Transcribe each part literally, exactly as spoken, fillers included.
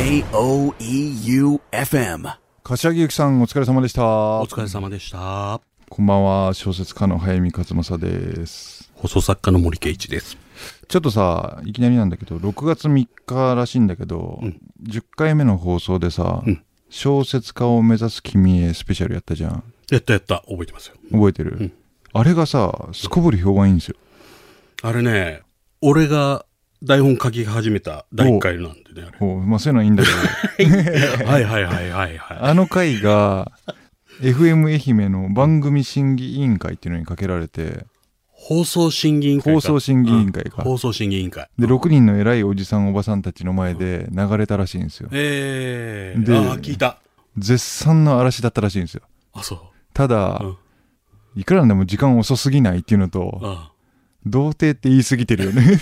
ジェイオーイーユーエフエム柏木由紀さんお疲れ様でした。 お疲れ様でした。 こんばんは、小説家の早見勝正です。 放送作家の森圭一です。 ちょっとさ、いきなりなんだけどろくがつみっからしいんだけど、うん、じゅっかいめの放送でさ、うん、小説家を目指す君へスペシャルやったじゃん。 やったやった覚えてますよ。 覚えてる、うん、あれがさすこぶる評判いいんですよ。 あれね、俺が台本書き始めただいいっかいなんでね。あれおまあそういうのはいいんだけどはいはいはいはいはい。 あの回がエフエム 愛媛の番組審議委員会っていうのにかけられて、 放送審議委員会か。 放送審議委員会か、 うん、放送審議委員会でろくにんの偉いおじさんおばさんたちの前で流れたらしいんですよ。 えー、 であ聞いた。 絶賛の嵐だったらしいんですよ。 あそう。ただ、うん、いくらなんでも時間遅すぎないっていうのと、ああ童貞って言い過ぎてるよね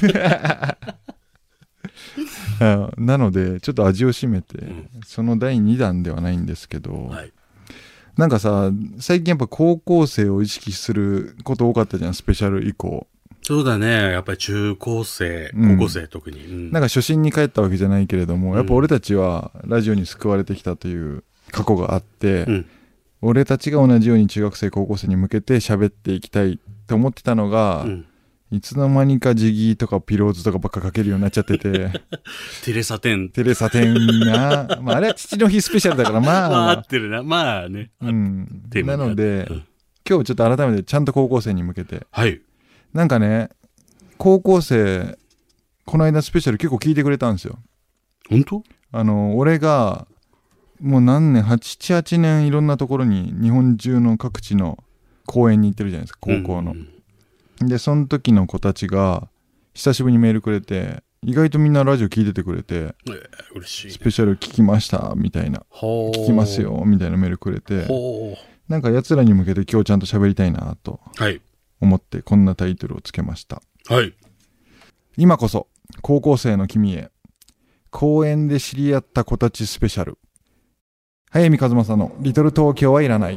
なのでちょっと味を占めて、うん、そのだいにだんではないんですけど、はい、なんかさ最近やっぱ高校生を意識すること多かったじゃん、スペシャル以降。 そうだね、やっぱり中高生、高校生特に、うん、 なんか初心に帰ったわけじゃないけれども、やっぱ俺たちはラジオに救われてきたという過去があって、うん、俺たちが同じように中学生高校生に向けて喋っていきたいと思ってたのが、うん、いつの間にかジギーとかピローズとかばっかかけるようになっちゃっててテレサテンテレサテンが、まあ、あれは父の日スペシャルだからまあ、まあ、 合ってるな、まあね、 うん、なので、うん、今日ちょっと改めてちゃんと高校生に向けて、 はい、 なんかね高校生この間スペシャル結構聞いてくれたんですよ。 本当？ あの俺がもう何年はち、はちねんいろんなところに日本中の各地の公園に行ってるじゃないですか、高校の、うんうん、でその時の子たちが久しぶりにメールくれて、意外とみんなラジオ聞いててくれて、えー、嬉しいね、 スペシャル聞きましたみたいな、聞きますよみたいなメールくれて、なんかやつらに向けて今日ちゃんと喋りたいなと思ってこんなタイトルをつけました。 はい。 今こそ高校生の君へ、公園で知り合った子たちスペシャル。早見和正のリトル東京はいらない。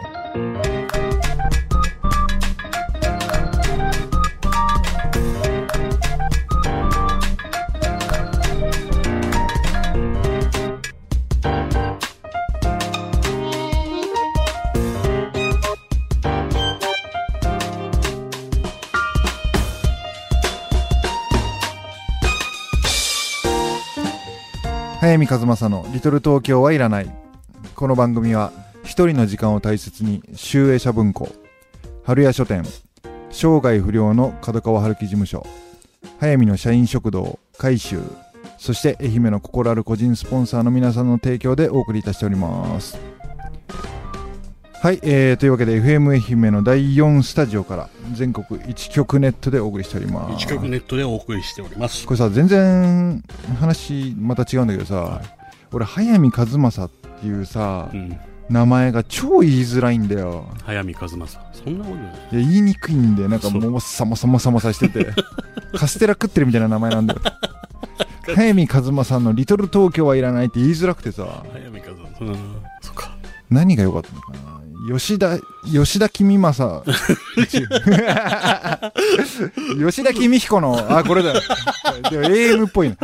早見和正のリトル東京はいらない。この番組は一人の時間を大切に集英社文庫、春屋書店、生涯不良の角川春樹事務所、早見の社員食堂、海舟、そして愛媛の心ある個人スポンサーの皆さんの提供でお送りいたしております。はい、えー、というわけで エフエム 愛媛のだいよんスタジオから全国いち局ネットでお送りしております。 いち局ネットでお送りしております。 これさ全然話また違うんだけどさ、はい、俺早見和正っていうさ、うん、名前が超言いづらいんだよ。 早見和正、そんなことない。 いや言いにくいんで、なんかもうさもさもさもさしててカステラ食ってるみたいな名前なんだよ早見和正のリトル東京はいらないって言いづらくてさ。 早見和正、うん、そっか。 何が良かったのかな。吉田吉田君正吉田君彦の、あこれだよでも エーエム っぽいな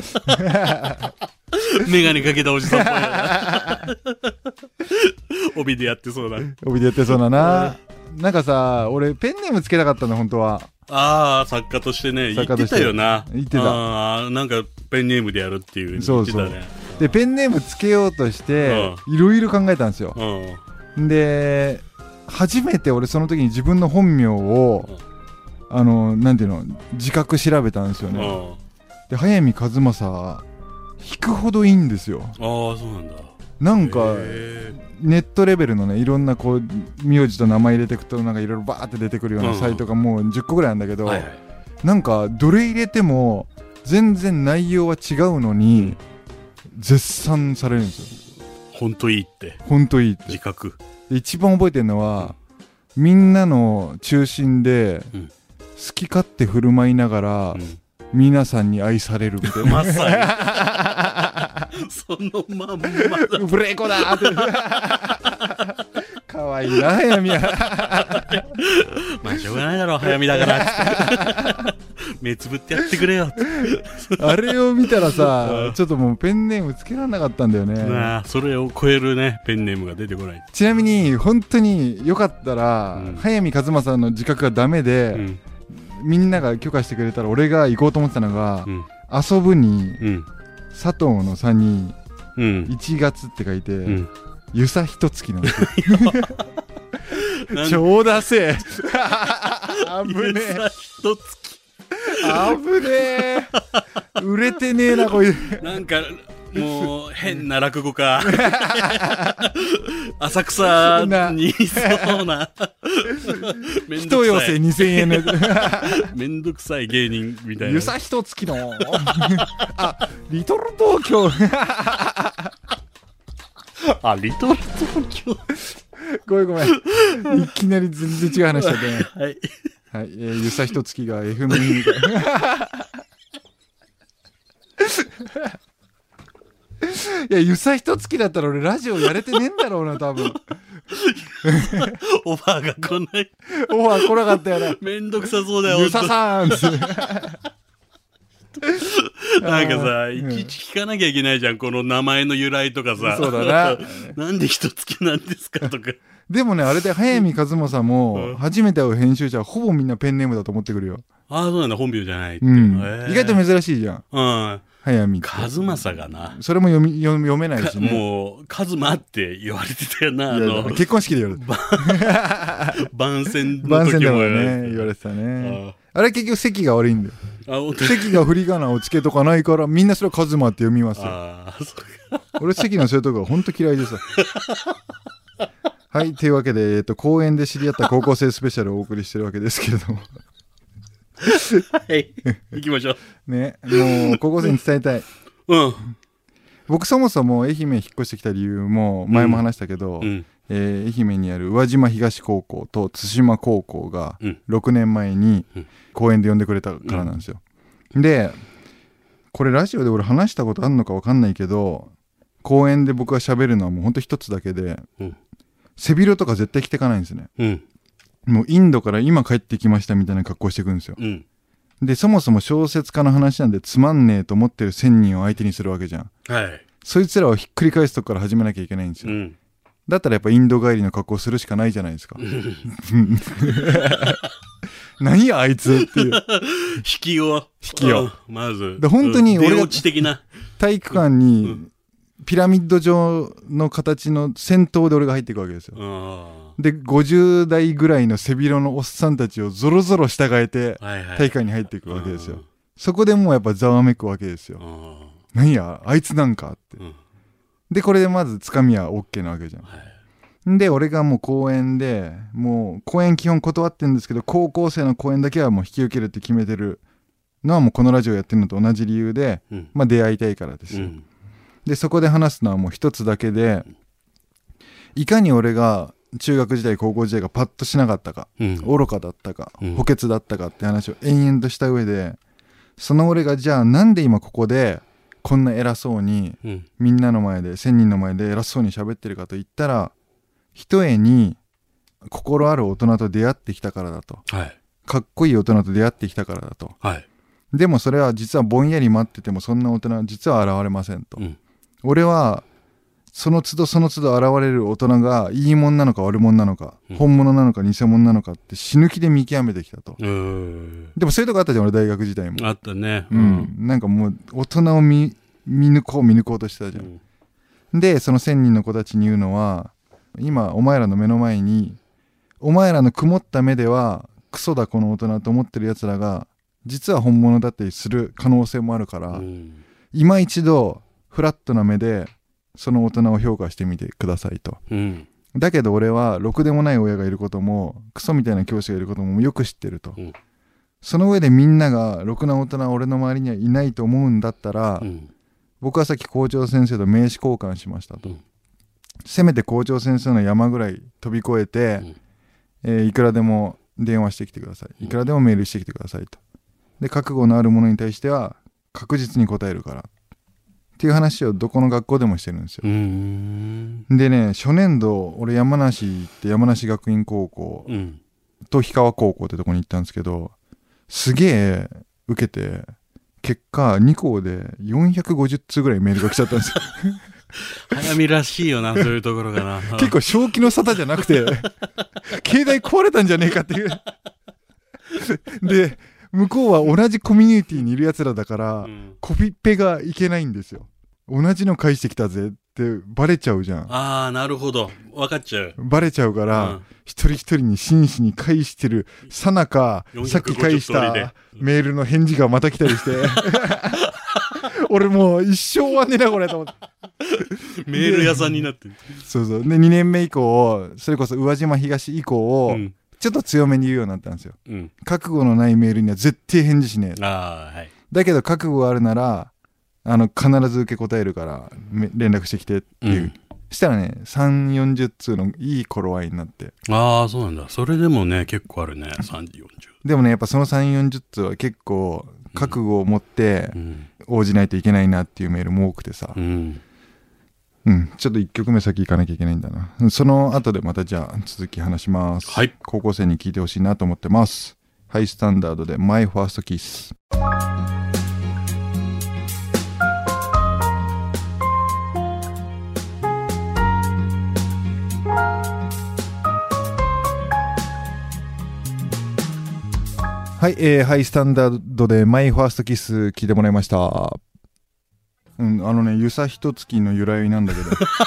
メガネかけたおじさんっぽいな帯でやってそうだ帯でやってそうだななんかさ俺ペンネームつけたかったの本当は。 ああ作家としてね言ってたよな。 言ってた。 あなんかペンネームでやるっていう言ってたね。そうそうでペンネームつけようとしていろいろ考えたんですよ。うんで初めて俺その時に自分の本名を、うん、あのなんていうの自覚調べたんですよね。うん、で早見和正引くほどいいんですよ。 ああそうなんだ。 なんかネットレベルのねいろんなこう名字と名前入れていくとなんかいろいろバーって出てくるようなサイトがもうじゅっこぐらいあるんだけど、はいはい、なんかどれ入れても全然内容は違うのに、うん、絶賛されるんですよ。 本当いいって本当いいって自覚。 一番覚えてるのは、うん、みんなの中心で、うん、好き勝手振る舞いながら、うん、皆さんに愛されるみたいな。まさにそのまんまだ。 ブレーコだーってかわいいな早見はまあしょうがないだろう早見だからって目つぶってやってくれよってあれを見たらさちょっともうペンネームつけられなかったんだよね。 なあ、それを超えるねペンネームが出てこない。 ちなみに本当によかったら、うん、早見和正の自覚がダメで、うん、みんなが許可してくれたら俺が行こうと思ってたのが、うん、遊ぶに、うん、佐藤の差に、うん、いちがつって書いて、うん、ゆさひとつきなんですよ超ダセえあぶねえ、ゆさひとつきあぶねえ売れてねえなこいつなんかもう変な落語家浅草にいそうな人寄せにせんえんのめんどくさい芸人みたいな。 ゆさひとつきのあリトル東京あリトル東京ごめんごめんいきなり全然違う話だねはい、 はい、えー、ゆさひとつきが エフエム にいやゆさひとつきだったら俺ラジオやれてねえんだろうな多分オファーが来ないオファー来なかったよなめんどくさそうだよゆささんなんかさいちいち聞かなきゃいけないじゃん、この名前の由来とかさ。 そうだななんでひとつきなんですかとかでもねあれで早見和正も初めて会う編集者はほぼみんなペンネームだと思ってくるよ。 ああそうなんだ、本名じゃないって、 うん、意外と珍しいじゃん。 うん早見和正がなそれも読み読めないしね。 もう和馬って言われてたよな。あの結婚式で言われて番宣の時も番宣でもね言われてたね。 あ, あれ結局席が悪いんだよ。席が振り仮名をつけとかないからみんなそれは和馬って読みますよ。あそうか俺席のそういうとこがほんと嫌いでさはいというわけで、えーと、公園で知り合った高校生スペシャルをお送りしてるわけですけれどもはい行きましょうね。もう高校生に伝えたいうん僕そもそも愛媛引っ越してきた理由も前も話したけど、うんうんえー、愛媛にある宇和島東高校と津島高校がろくねんまえに公園で呼んでくれたからなんですよ、うん、でこれラジオで俺話したことあるのか分かんないけど公園で僕が喋るのはもうほんと一つだけで、うん、背広とか絶対着てかないんですね、うん、もうインドから今帰ってきましたみたいな格好してくんですよ、うん、でそもそも小説家の話なんでつまんねえと思ってるせんにんを相手にするわけじゃん、はい、そいつらをひっくり返すとこから始めなきゃいけないんですよ、うん、だったらやっぱインド帰りの格好するしかないじゃないですか何やあいつっていう引きを引きをまずで本当に俺が的な体育館にピラミッド状の形の先頭で俺が入っていくわけですよ。でごじゅう代ぐらいの背広のおっさんたちをゾロゾロ従えて体育館に入っていくわけですよ。そこでもうやっぱざわめくわけですよ。何やあいつなんかって、うん、でこれでまずつかみは OK なわけじゃん、はい、で俺がもう公演でもう公演基本断ってるんですけど高校生の公演だけはもう引き受けるって決めてるのはもうこのラジオやってるのと同じ理由で、うん、まあ出会いたいからですよ、うん、でそこで話すのはもう一つだけで、いかに俺が中学時代高校時代がパッとしなかったか、うん、愚かだったか、うん、補欠だったかって話を延々とした上で、その俺がじゃあなんで今ここでこんな偉そうに、うん、みんなの前でせんにんの前で偉そうに喋ってるかと言ったら、ひとえに心ある大人と出会ってきたからだと、はい、かっこいい大人と出会ってきたからだと、はい、でもそれは実はぼんやり待っててもそんな大人は実は現れませんと、うん、俺はその都度その都度現れる大人がいいもんなのか悪もんなのか、うん、本物なのか偽物なのかって死ぬ気で見極めてきたと。でもそういうとこあったじゃん俺大学時代もあったね、 うん、なんかもう大人を 見, 見抜こう見抜こうとしてたじゃん、うん、でそのせんにんの子たちに言うのは、今お前らの目の前にお前らの曇った目ではクソだこの大人と思ってるやつらが実は本物だったりする可能性もあるから、うん、今一度フラットな目でその大人を評価してみてくださいと、うん、だけど俺はろくでもない親がいることもクソみたいな教師がいることもよく知ってると、うん、その上でみんながろくな大人は俺の周りにはいないと思うんだったら、うん、僕はさっき校長先生と名刺交換しましたと、うん、せめて校長先生の山ぐらい飛び越えて、うんえー、いくらでも電話してきてください、いくらでもメールしてきてくださいと、で覚悟のあるものに対しては確実に答えるからっていう話をどこの学校でもしてるんですよ。うーんでね、初年度俺山梨行って山梨学院高校と氷川高校ってとこに行ったんですけど、すげえ受けて、結果に校でよんひゃくごじゅっつうぐらいメールが来ちゃったんですよ。 早見らしいよな、そういうところがな。 結構正気の沙汰じゃなくて、携帯壊れたんじゃねえかっていう。で、向こうは同じコミュニティにいるやつらだから、うん、コピペがいけないんですよ。同じの返してきたぜってバレちゃうじゃん。 ああ、なるほど。分かっちゃう。 バレちゃうから、うん、一人一人に真摯に返してるさなか、さっき返したメールの返事がまた来たりして、俺もう一生はねえなこれと思って。 メール屋さんになってる。 そうそう。で、にねんめ以降、それこそ宇和島東以降を、うん、ちょっと強めに言うようになったんですよ。うん、覚悟のないメールには絶対返事しねえ。 あ、はい、 だけど覚悟があるなら、あの必ず受け答えるから連絡してきてっていう。うん、したらね、さんじゅう、よんじゅう通のいい頃合いになって。 ああ、そうなんだ。それでもね、結構あるね、さんじゅう、よんじゅう。 でもね、やっぱそのさんじゅう、よんじゅう通は結構覚悟を持って応じないといけないなっていうメールも多くてさ。うん。うん、ちょっといっきょくめ先行かなきゃいけないんだな。その後でまたじゃあ続き話します。 はい。 高校生に聞いてほしいなと思ってます。ハイスタンダードでマイファーストキス。はい、えー、ハイスタンダードでマイファーストキス聞いてもらいました。うん、あのね、ゆさひとつきの由来なんだけど。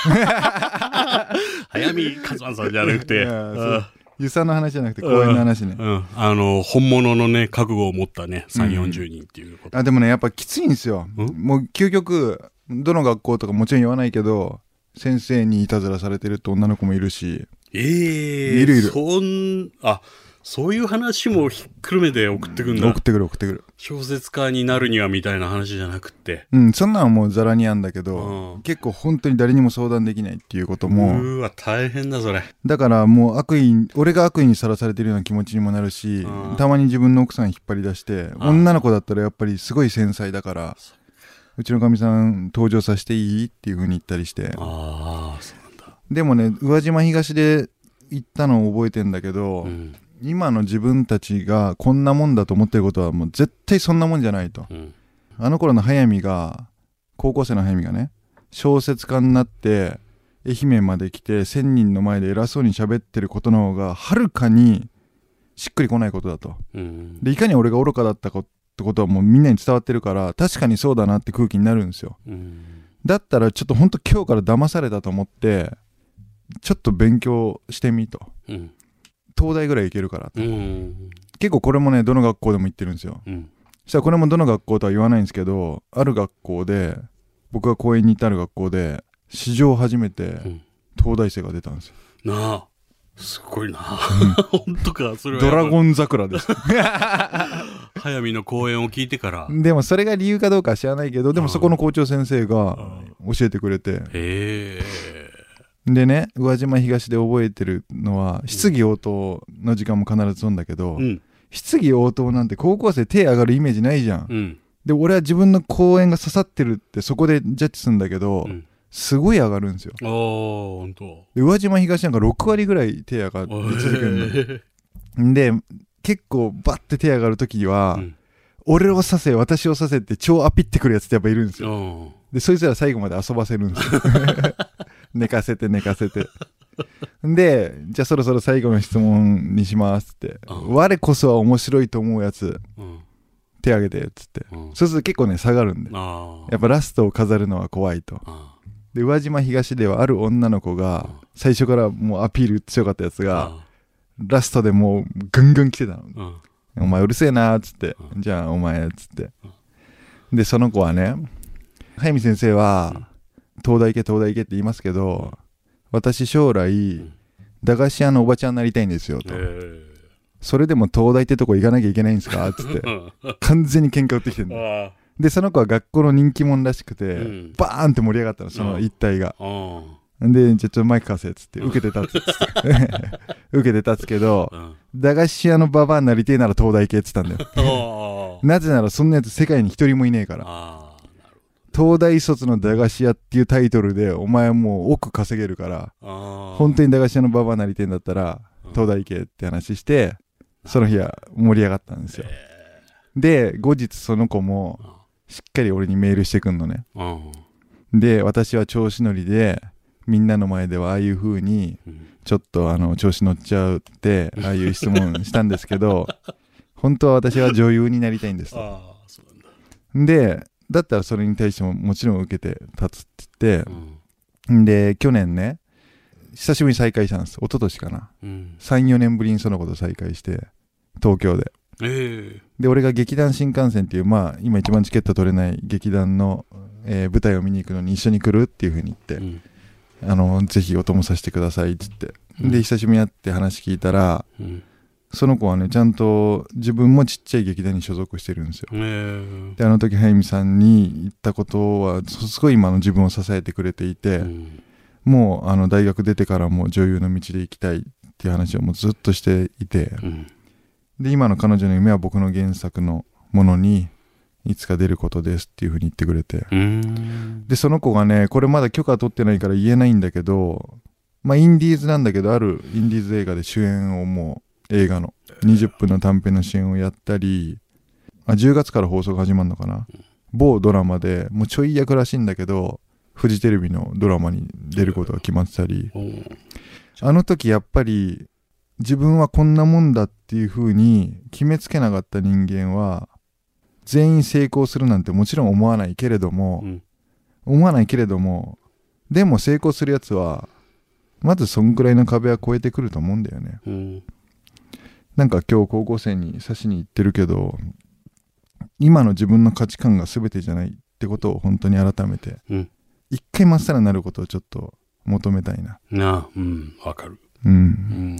早見和馬さんじゃなくて。 ゆさの話じゃなくて公演の話ね。 うんうん、あの、本物のね、覚悟を持ったね、さんじゅう、よんじゅうにんっていうこと。 あ、でもね、やっぱきついんですよ。もう究極、どの学校とかもちろん言わないけど、先生にいたずらされてるって女の子もいるし。 ええー、 いるいる。 そん、あ、そういう話もひっくるめて送ってくるんだ。 送ってくる送ってくる。 小説家になるにはみたいな話じゃなくて。 うん、そんなのもうザラにあんだけど、うん、結構本当に誰にも相談できないっていうことも。 うわ、大変だそれ。 だからもう悪意、俺が悪意にさらされてるような気持ちにもなるし、うん、たまに自分の奥さん引っ張り出して、女の子だったらやっぱりすごい繊細だから、うちのかみさん登場させていいっていう風に言ったりして。 ああ、そうなんだ。 でもね、宇和島東で行ったのを覚えてんだけど、うん、今の自分たちがこんなもんだと思ってることはもう絶対そんなもんじゃないと、うん、あの頃の速水が高校生の速水がね小説家になって愛媛まで来てせんにんの前で偉そうに喋ってることの方がはるかにしっくりこないことだと、うん、でいかに俺が愚かだったかってことはもうみんなに伝わってるから確かにそうだなって空気になるんですよ、うん、だったらちょっとほんと今日から騙されたと思ってちょっと勉強してみと、うん、東大ぐらい行けるからと、うん、結構これもねどの学校でも行ってるんですよ、うん、そしたらこれもどの学校とは言わないんですけどある学校で僕が講演に行ってある学校で史上初めて東大生が出たんですよ、 うん、なあすごいな、うん、本当かそれはドラゴン桜です速水の講演を聞いてからでもそれが理由かどうかは知らないけどでもそこの校長先生が教えてくれてへえでね宇和島東で覚えてるのは質疑応答の時間も必ずするんだけど、うん、質疑応答なんて高校生手上がるイメージないじゃん、うん、で俺は自分の講演が刺さってるってそこでジャッジするんだけど、うん、すごい上がるんですよ。 あーほんとで宇和島東なんかろくわりぐらい手上がり続けるので結構バッて手上がるときは、うん、俺を刺せ私を刺せって超アピってくるやつってやっぱいるんですよ。でそいつら最後まで遊ばせるんですよ寝かせて寝かせてでじゃあそろそろ最後の質問にしますって、うん、我こそは面白いと思うやつ、うん、手挙げてっつって、うん、そうすると結構ね下がるんでやっぱラストを飾るのは怖いと。で宇和島東ではある女の子が最初からもうアピール強かったやつがラストでもうガンガン来てたの、うん、お前うるせえなーっつって、うん、じゃあお前っつって、うん、でその子はね速水先生は、うん東大行け東大行けって言いますけど私将来、うん、駄菓子屋のおばちゃんになりたいんですよと、えー、それでも東大ってとこ行かなきゃいけないんですかっつって完全に喧嘩売ってきてるのでその子は学校の人気者らしくて、うん、バーンって盛り上がったのその一帯が、うん、でじゃあちょっとマイク貸せっつって受けて立つっつって受けて立つけど、うん、駄菓子屋のババアになりてえなら東大行けっつったんだよなぜならそんなやつ世界に一人もいねえから東大卒の駄菓子屋っていうタイトルでお前もう億稼げるから本当に駄菓子屋のババアなりてんだったら東大行けって話してその日は盛り上がったんですよ、えで後日その子もしっかり俺にメールしてくんのね。で私は調子乗りでみんなの前ではああいう風にちょっとあの調子乗っちゃうってああいう質問したんですけど本当は私は女優になりたいんですと。あそうなんだ。でだったらそれに対してももちろん受けて立つって言って、うん、で去年ね久しぶりに再会したんです。一昨年かな、うん、さんよねんぶりにその子と再会して東京で、えー、で俺が劇団新幹線っていうまあ今一番チケット取れない劇団の、えー、舞台を見に行くのに一緒に来るっていう風に言って、うん、あのぜひお供させてくださいって言って、うん、で久しぶりに会って話聞いたら、うん、その子はねちゃんと自分もちっちゃい劇団に所属してるんですよ、えー、であの時早見さんに言ったことはすごい今の自分を支えてくれていて、うん、もうあの大学出てからも女優の道で行きたいっていう話をもうずっとしていて、うん、で今の彼女の夢は僕の原作のものにいつか出ることですっていう風に言ってくれて、うん、でその子がねこれまだ許可取ってないから言えないんだけど、まあインディーズなんだけどあるインディーズ映画で主演をもう映画のにじゅっぷんの短編の主演をやったり、あじゅうがつから放送が始まるのかな、某ドラマでもうちょい役らしいんだけどフジテレビのドラマに出ることが決まってたり、あの時やっぱり自分はこんなもんだっていう風に決めつけなかった人間は全員成功するなんてもちろん思わないけれども、うん、思わないけれどもでも成功するやつはまずそんくらいの壁は越えてくると思うんだよね、うん、なんか今日高校生に指しに行ってるけど今の自分の価値観が全てじゃないってことを本当に改めて、うん、一回まっさらになることをちょっと求めたいな。 なあ、うん、わかる。 うん。うん、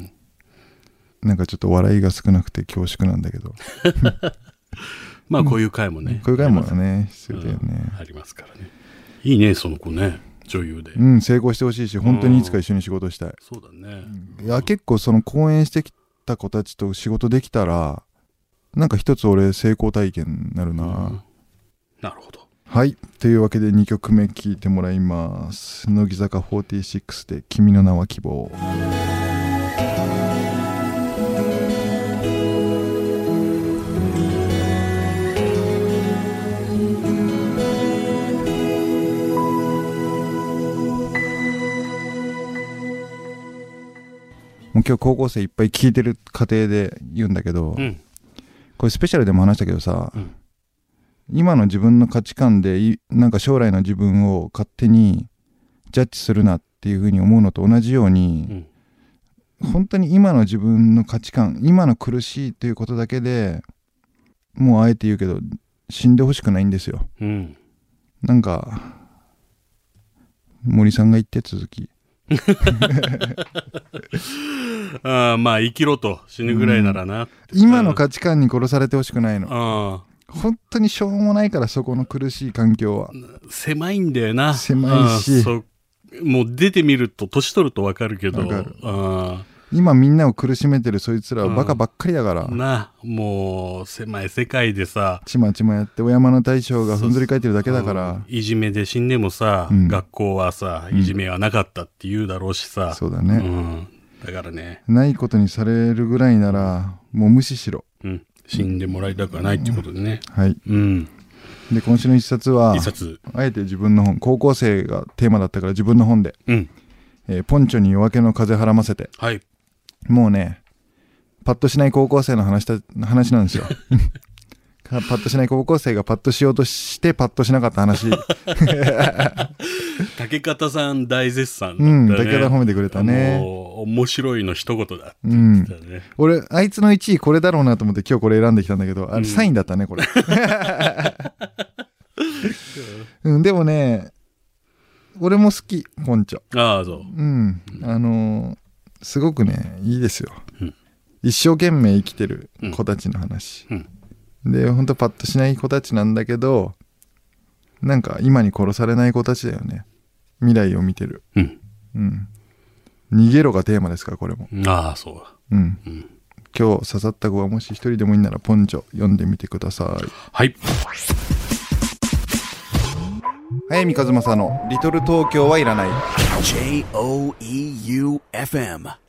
なんかちょっと笑いが少なくて恐縮なんだけど。 まあこういう回もね。 こういう回もね、必要だよね、 うん。ありますからね。いいね、その子ね、女優で。 うん、成功してほしいし、本当にいつか一緒に仕事したい。 そうだね。 いや、結構その講演してきた子たちと仕事できたら、なんか一つ俺成功体験になるな、うん、 なるほど。 はい、というわけでにきょくめ聴いてもらいます。乃木坂フォーティーシックスで君の名は希望。もう今日高校生いっぱい聞いてる過程で言うんだけど、うん、これスペシャルでも話したけどさ、うん、今の自分の価値観でなんか将来の自分を勝手にジャッジするなっていう風に思うのと同じように、うん、本当に今の自分の価値観、今の苦しいということだけでもうあえて言うけど死んでほしくないんですよ、うん、なんか森さんが言って続きあまあ生きろと死ぬぐらいならな、うん、 今の価値観に殺されてほしくないの。あ本当にしょうもないから、そこの苦しい環境は狭いんだよな。 狭いし、 そもう出てみると年取ると分かるけど、 分かる。あ今みんなを苦しめてるそいつらはバカばっかりだからな。もう狭い世界でさちまちまやってお山の大将がふんぞり返ってるだけだから。 いじめで死んでもさ、うん、学校はさいじめはなかったって言うだろうしさ、うん、 そうだね、うん、 だからねないことにされるぐらいならもう無視しろ、 うん、死んでもらいたくはないっていうことでね、 うん、はい、うん、で今週の一冊は一冊あえて自分の本、高校生がテーマだったから自分の本で、うんえー、ポンチョに夜明けの風はらませて、はい、もうねパッとしない高校生の話た話なんですよパッとしない高校生がパッとしようとしてパッとしなかった話竹方さん大絶賛だったね。うん竹方褒めてくれたね。 もう面白いの一言だって言ってたね、 うん、俺あいつのいちいこれだろうなと思って今日これ選んできたんだけど、あれサインだったねこれ、うん、でもね俺も好きポンチョ。 ああそう、 うんあのー、すごくねいいですよ、うん、一生懸命生きてる子たちの話、うんうん、でほんとパッとしない子たちなんだけどなんか今に殺されない子たちだよね。未来を見てる、うんうん、逃げろがテーマですからこれも。 ああそう、 うんうん、今日刺さった子がもし一人でもいいならポンチョ読んでみてください。 はい。 早見和正のリトル東京はいらない。 ジェイオーイーユーエフエム